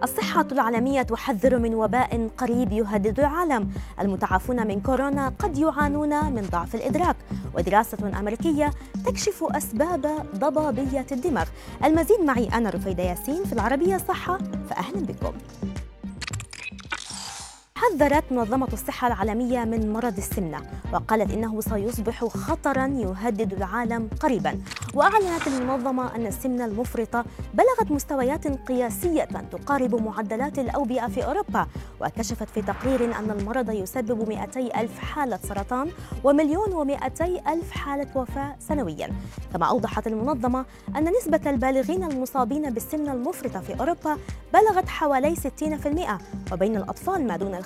الصحة العالمية تحذر من وباء قريب يهدد العالم. المتعافون من كورونا قد يعانون من ضعف الإدراك، ودراسة أمريكية تكشف أسباب ضبابية الدماغ. المزيد معي أنا رفيدة ياسين في العربية صحة، فأهلا بكم. حذرت منظمة الصحة العالمية من مرض السمنة، وقالت إنه سيصبح خطراً يهدد العالم قريباً. وأعلنت المنظمة أن السمنة المفرطة بلغت مستويات قياسية تقارب معدلات الأوبئة في أوروبا، وكشفت في تقرير أن المرض يسبب 200,000 حالة سرطان و1,200,000 حالة وفاة سنوياً. كما أوضحت المنظمة أن نسبة البالغين المصابين بالسمنة المفرطة في أوروبا بلغت حوالي 60%، وبين الأطفال ما دون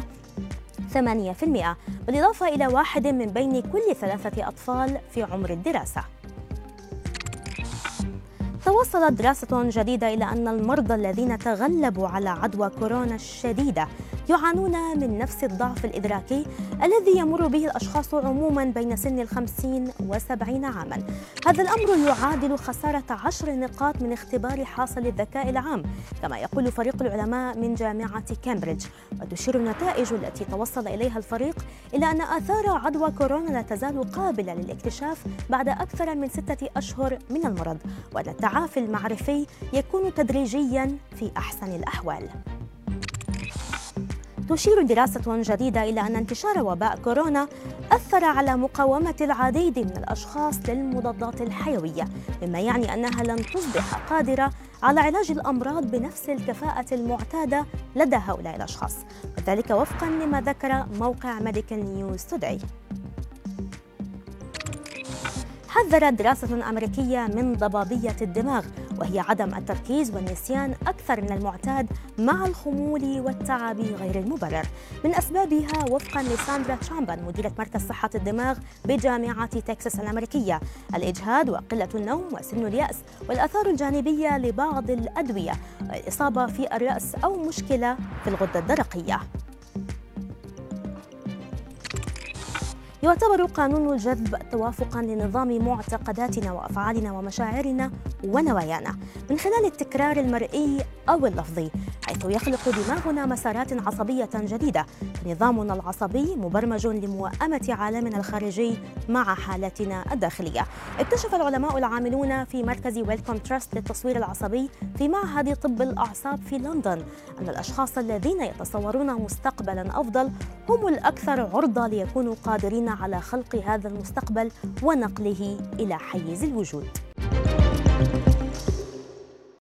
8%، بالإضافة إلى واحد من بين كل 3 أطفال في عمر الدراسة. توصلت دراسة جديدة إلى أن المرضى الذين تغلبوا على عدوى كورونا الشديدة يعانون من نفس الضعف الإدراكي الذي يمر به الأشخاص عموماً بين سن 50 و70 عاماً. هذا الأمر يعادل خسارة 10 نقاط من اختبار حاصل الذكاء العام، كما يقول فريق العلماء من جامعة كامبريدج. وتشير النتائج التي توصل إليها الفريق إلى أن آثار عدوى كورونا لا تزال قابلة للاكتشاف بعد أكثر من 6 أشهر من المرض، وأن التعافي المعرفي يكون تدريجياً في أحسن الأحوال. تشير دراسة جديدة إلى أن انتشار وباء كورونا أثر على مقاومة العديد من الأشخاص للمضادات الحيوية، مما يعني أنها لن تصبح قادرة على علاج الأمراض بنفس الكفاءة المعتادة لدى هؤلاء الأشخاص، وذلك وفقاً لما ذكر موقع ميديكال نيوز توداي. حذرت دراسة أمريكية من ضبابية الدماغ، وهي عدم التركيز والنسيان أكثر من المعتاد مع الخمول والتعب غير المبرر. من أسبابها وفقاً لساندرا تشامبان مديرة مركز صحة الدماغ بجامعة تكساس الأمريكية: الإجهاد وقلة النوم وسن اليأس والآثار الجانبية لبعض الأدوية والإصابة في الرأس أو مشكلة في الغدة الدرقية. يعتبر قانون الجذب توافقاً لنظام معتقداتنا وأفعالنا ومشاعرنا ونوايانا من خلال التكرار المرئي أو اللفظي، حيث يخلق دماغنا مسارات عصبية جديدة. نظامنا العصبي مبرمج لموائمة عالمنا الخارجي مع حالتنا الداخلية. اكتشف العلماء العاملون في مركز ويلكوم تراست للتصوير العصبي في معهد طب الأعصاب في لندن أن الأشخاص الذين يتصورون مستقبلاً أفضل هم الأكثر عرضة ليكونوا قادرين على خلق هذا المستقبل ونقله إلى حيز الوجود.